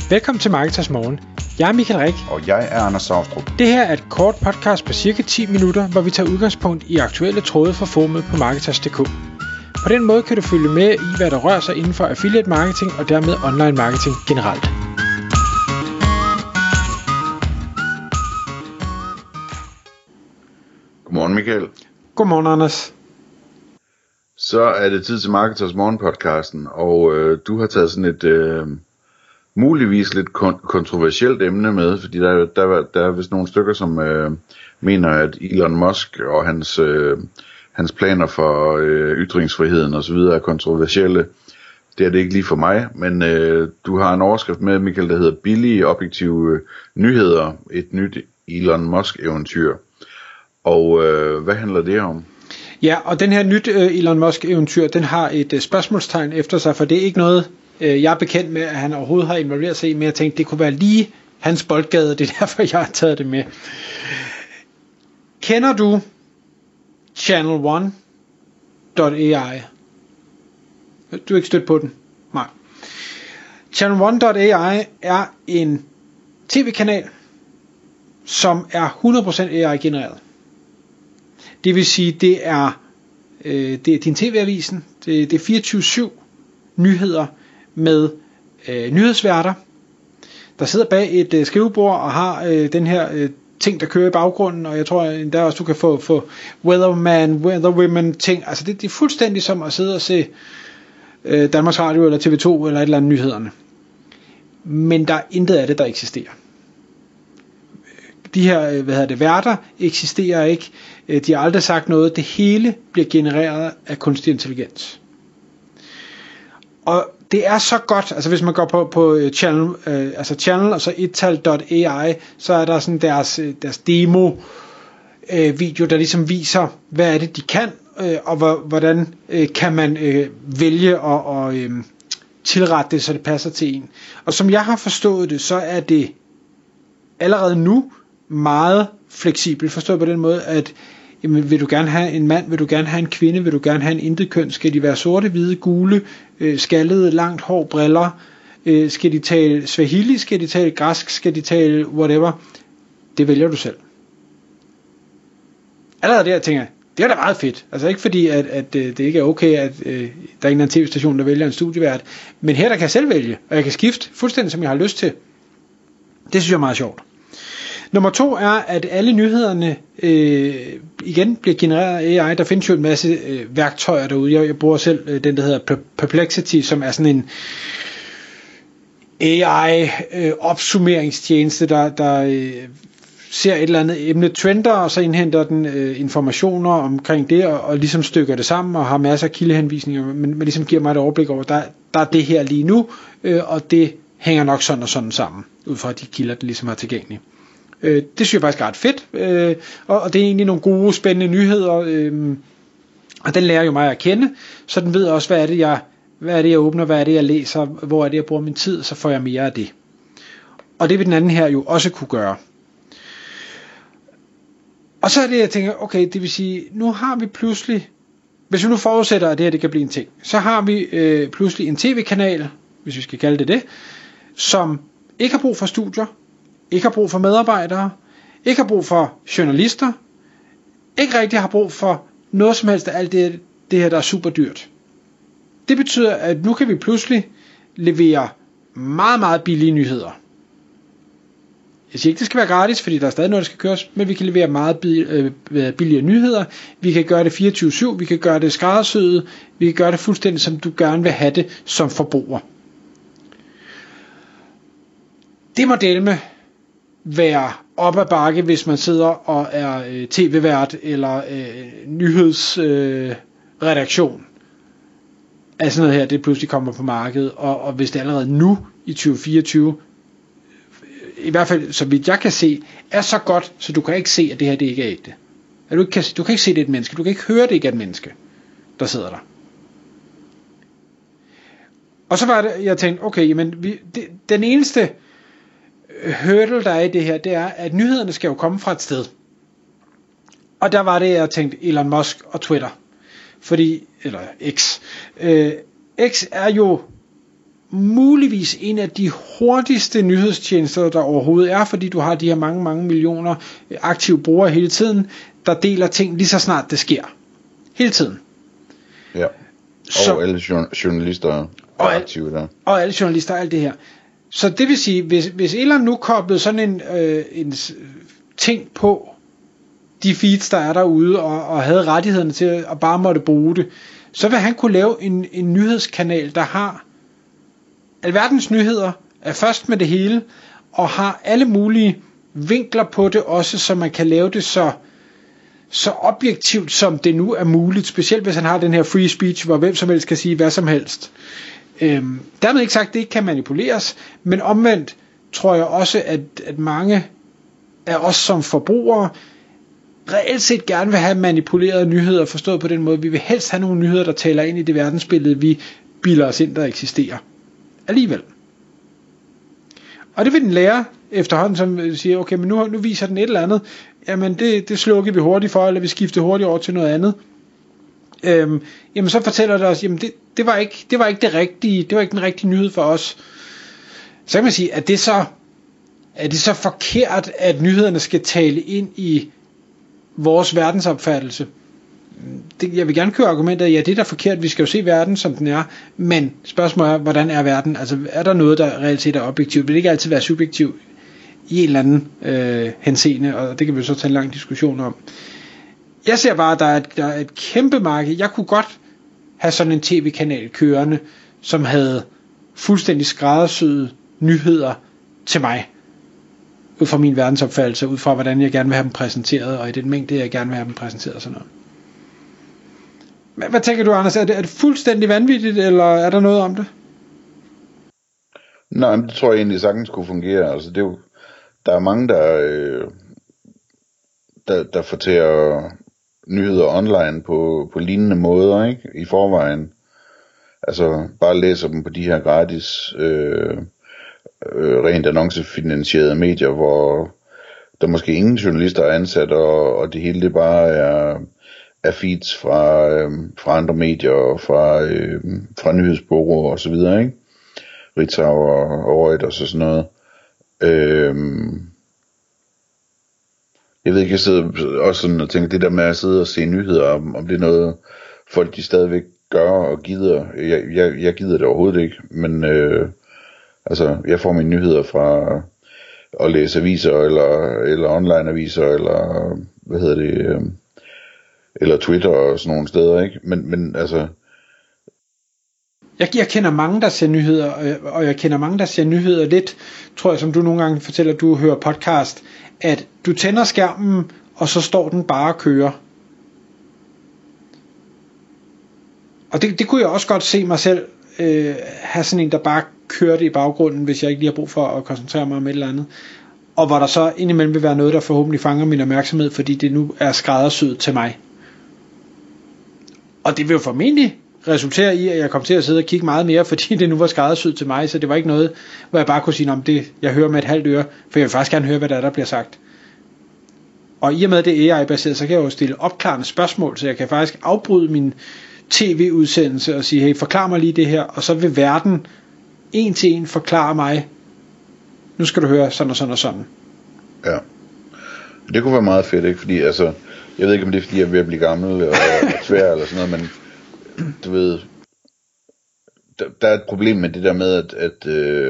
Velkommen til Marketers Morgen. Jeg er Michael Rik. Og jeg er Anders Saustrup. Det her er et kort podcast på cirka 10 minutter, hvor vi tager udgangspunkt i aktuelle tråde fra forumet på Marketers.dk. På den måde kan du følge med i, hvad der rører sig inden for affiliate marketing og dermed online marketing generelt. Godmorgen Michael. Godmorgen Anders. Så er det tid til Marketers Morgen podcasten, og du har taget sådan et muligvis lidt kontroversielt emne med, fordi der er vist nogle stykker, som mener, at Elon Musk og hans planer for ytringsfriheden osv. er kontroversielle. Det er det ikke lige for mig, men du har en overskrift med, Michael, der hedder Billige objektive nyheder, et nyt Elon Musk eventyr. Og hvad handler det om? Ja, og den her nyt Elon Musk eventyr, den har et spørgsmålstegn efter sig, for det er ikke noget, jeg er bekendt med, at han overhovedet har involveret sig i, men jeg tænkte, det kunne være lige hans boldgade, det er derfor, jeg har taget det med. Kender du Channel1.ai? Du er ikke stødt på den? Nej. Channel1.ai er en tv-kanal, som er 100% AI-genereret. Det vil sige, det er din tv-avisen, det er 24/7 nyheder med nyhedsværter, der sidder bag et skrivebord og har den her ting, der kører i baggrunden, og jeg tror endda også, du kan få weatherman, weatherwomen ting. Altså det er fuldstændig som at sidde og se Danmarks Radio eller TV2 eller et eller andet nyhederne. Men der er intet af det, der eksisterer. De her værter eksisterer ikke. De har aldrig sagt noget. Det hele bliver genereret af kunstig intelligens. Og det er så godt, altså hvis man går på channel og så ettal.ai, så er der sådan deres demo video, der ligesom viser, hvad er det de kan, og hvordan kan man vælge og tilrette det, så det passer til en. Og som jeg har forstået det, så er det allerede nu meget fleksibelt, forstået på den måde, at jamen, vil du gerne have en mand, vil du gerne have en kvinde, vil du gerne have en intetkøn, skal de være sorte, hvide, gule, skaldede, langt hår, briller, skal de tale swahili, skal de tale græsk, skal de tale whatever, det vælger du selv. Allerede der tænker jeg, det er da meget fedt, altså ikke fordi at det ikke er okay, at der er en eller anden tv-station, der vælger en studievært, men her der kan jeg selv vælge, og jeg kan skifte fuldstændig som jeg har lyst til. Det synes jeg er meget sjovt. Nummer 2 er, at alle nyhederne igen bliver genereret af AI. Der findes jo en masse værktøjer derude. Jeg bruger selv den, der hedder Perplexity, som er sådan en AI-opsummeringstjeneste, der ser et eller andet emne trender, og så indhenter den informationer omkring det, og ligesom stykker det sammen, og har masser af kildehenvisninger, men ligesom giver mig et overblik over, der er det her lige nu, og det hænger nok sådan og sådan sammen, ud fra de kilder, det ligesom har tilgængelige. Det synes jeg faktisk er ret fedt, og det er egentlig nogle gode, spændende nyheder, og den lærer jo mig at kende, så den ved også, hvad er det jeg åbner, hvad er det jeg læser, hvor er det jeg bruger min tid, så får jeg mere af det. Og det vil den anden her jo også kunne gøre. Og så er det jeg tænker, okay, det vil sige, nu har vi pludselig, hvis vi nu forudsætter, at det her det kan blive en ting, så har vi pludselig en tv-kanal, hvis vi skal kalde det, som ikke har brug for studier, ikke har brug for medarbejdere, ikke har brug for journalister, ikke rigtig har brug for noget som helst af alt det her, der er super dyrt. Det betyder, at nu kan vi pludselig levere meget, meget billige nyheder. Jeg siger ikke, det skal være gratis, fordi der er stadig noget, der skal køres, men vi kan levere meget billigere nyheder. Vi kan gøre det 24/7, vi kan gøre det skræddersyet, vi kan gøre det fuldstændig, som du gerne vil have det som forbruger. Det må dele med være op ad bakke, hvis man sidder og er tv-vært eller nyhedsredaktion. Altså noget her, det pludselig kommer på markedet, og hvis det allerede nu i 2024, i hvert fald så vidt jeg kan se, er så godt, så du kan ikke se, at det her det ikke er ægte. Du kan ikke se, det er et menneske, du kan ikke høre, det ikke er et menneske, der sidder der. Og så var det, jeg tænkte, okay, men den eneste hurdle, der er i det her, det er, at nyhederne skal jo komme fra et sted. Og der var det, jeg tænkte, Elon Musk og Twitter. Fordi, eller X. X er jo muligvis en af de hurtigste nyhedstjenester, der overhovedet er, fordi du har de her mange millioner aktive brugere hele tiden, der deler ting lige så snart det sker. Hele tiden. Ja. Og alle journalister er aktive der. Og alle journalister, alt det her. Så det vil sige, hvis Elon nu koblede sådan en ting på de feeds, der er derude, og havde rettighederne til at bare måtte bruge det, så vil han kunne lave en nyhedskanal, der har alverdens nyheder, er først med det hele, og har alle mulige vinkler på det også, så man kan lave det så objektivt, som det nu er muligt, specielt hvis han har den her free speech, hvor hvem som helst kan sige hvad som helst. Dermed ikke sagt, det ikke kan manipuleres, men omvendt tror jeg også, at mange af os som forbrugere reelt set gerne vil have manipulerede nyheder, forstået på den måde. Vi vil helst have nogle nyheder, der taler ind i det verdensbillede, vi bilder os ind, der eksisterer. Alligevel. Og det vil den lære efterhånden, som siger, okay, men nu viser den et eller andet, jamen det slukker vi hurtigt for, eller vi skifter hurtigt over til noget andet. Jamen så fortæller det os, jamen det var ikke det rigtige, det var ikke den rigtige nyhed for os. Så kan man sige, at det så forkert, at nyhederne skal tale ind i vores verdensopfattelse. Jeg vil gerne køre argumentet, ja, det er da forkert, vi skal jo se verden, som den er, men spørgsmålet er, hvordan er verden? Altså, er der noget, der reelt set er objektivt? Vil det ikke altid være subjektivt i en eller anden henseende, og det kan vi så tage en lang diskussion om. Jeg ser bare, at der er et kæmpe marked. Jeg kunne godt have sådan en tv-kanal kørende, som havde fuldstændig skræddersyede nyheder til mig, ud fra min verdensopfattelse, ud fra hvordan jeg gerne vil have dem præsenteret, og i den mængde jeg gerne vil have dem præsenteret og sådan noget. Hvad tænker du, Anders? Er det fuldstændig vanvittigt, eller er der noget om det? Nej, men det tror jeg egentlig sagtens kunne fungere. Altså, det er jo, der er mange, der fortærer nyheder online på lignende måder, ikke? I forvejen. Altså, bare læser dem på de her gratis, rent annoncefinansierede medier, hvor der måske ingen journalister er ansat, og det hele det bare er feeds fra andre medier og fra nyhedsbureauer og så videre, ikke? Ritzau og Reuters og sådan noget. Jeg ved ikke, jeg sidder også sådan og tænker, det der med at sidde og se nyheder, om det er noget folk de stadigvæk gør og gider. Jeg gider det overhovedet ikke, men altså jeg får mine nyheder fra at læse aviser eller online aviser eller hvad hedder det, eller Twitter og sådan nogle steder, ikke? Men altså jeg kender mange, der ser nyheder, og jeg kender mange, der ser nyheder lidt, tror jeg, som du nogle gange fortæller, du hører podcast, at du tænder skærmen, og så står den bare og kører. Og det kunne jeg også godt se mig selv have sådan en, der bare kørte i baggrunden, hvis jeg ikke lige har brug for at koncentrere mig om et eller andet. Og hvor der så indimellem vil være noget, der forhåbentlig fanger min opmærksomhed, fordi det nu er skræddersyet til mig. Og det vil jo formentlig resultere i, at jeg kom til at sidde og kigge meget mere, fordi det nu var skræddersyet til mig, så det var ikke noget, hvor jeg bare kunne sige, om det jeg hører med et halvt øre, for jeg vil faktisk gerne høre, hvad der bliver sagt. Og i og med det AI-baseret, så kan jeg jo stille opklarende spørgsmål, så jeg kan faktisk afbryde min tv-udsendelse og sige, hey, forklar mig lige det her, og så vil verden en til en forklare mig, nu skal du høre sådan og sådan og sådan. Ja, det kunne være meget fedt, ikke? Fordi altså, jeg ved ikke om det er fordi jeg er ved at blive gammel og svær eller sådan noget, men du ved, der er et problem med det der med at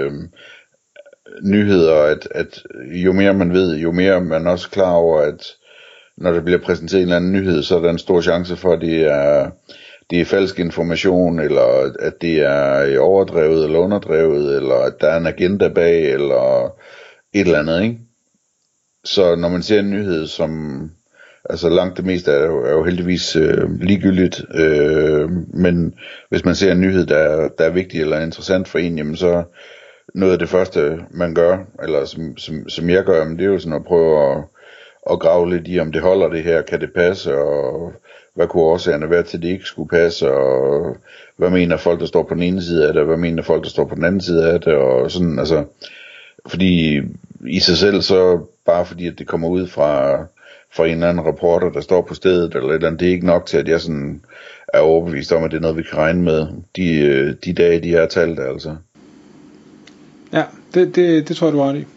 nyheder, at jo mere man ved, jo mere man også er klar over, at når der bliver præsenteret en eller anden nyhed, så er der en stor chance for, at det er falsk information, eller at det er overdrevet eller underdrevet, eller at der er en agenda bag, eller et eller andet, ikke? Så når man ser en nyhed, som altså langt det meste er jo heldigvis ligegyldigt, men hvis man ser en nyhed, der er vigtig eller interessant for en, jamen så noget af det første man gør, eller som jeg gør, men det er jo sådan at prøve at grave lidt i, om det holder det her, kan det passe, og hvad kunne årsagerne være til, det ikke skulle passe, og hvad mener folk, der står på den ene side af det, og hvad mener folk, der står på den anden side af det, og sådan, altså, fordi i sig selv, så bare fordi, at det kommer ud fra en eller anden reporter, der står på stedet, eller et eller andet, det er ikke nok til, at jeg sådan er overbevist om, at det er noget, vi kan regne med, de dage, de her talt, altså. Ja, det tror jeg, du har ret i.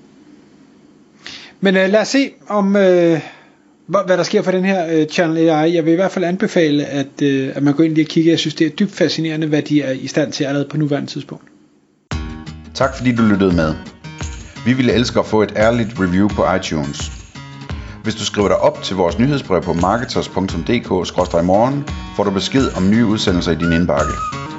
Men lad os se om hvad der sker for den her Channel AI. Jeg vil i hvert fald anbefale at man går ind lige og kigger. Jeg synes det er dybt fascinerende, hvad de er i stand til allerede på nuværende tidspunkt. Tak fordi du lyttede med. Vi ville elske at få et ærligt review på iTunes. Hvis du skriver dig op til vores nyhedsbrev på marketers.dk/morgen, får du besked om nye udsendelser i din indbakke.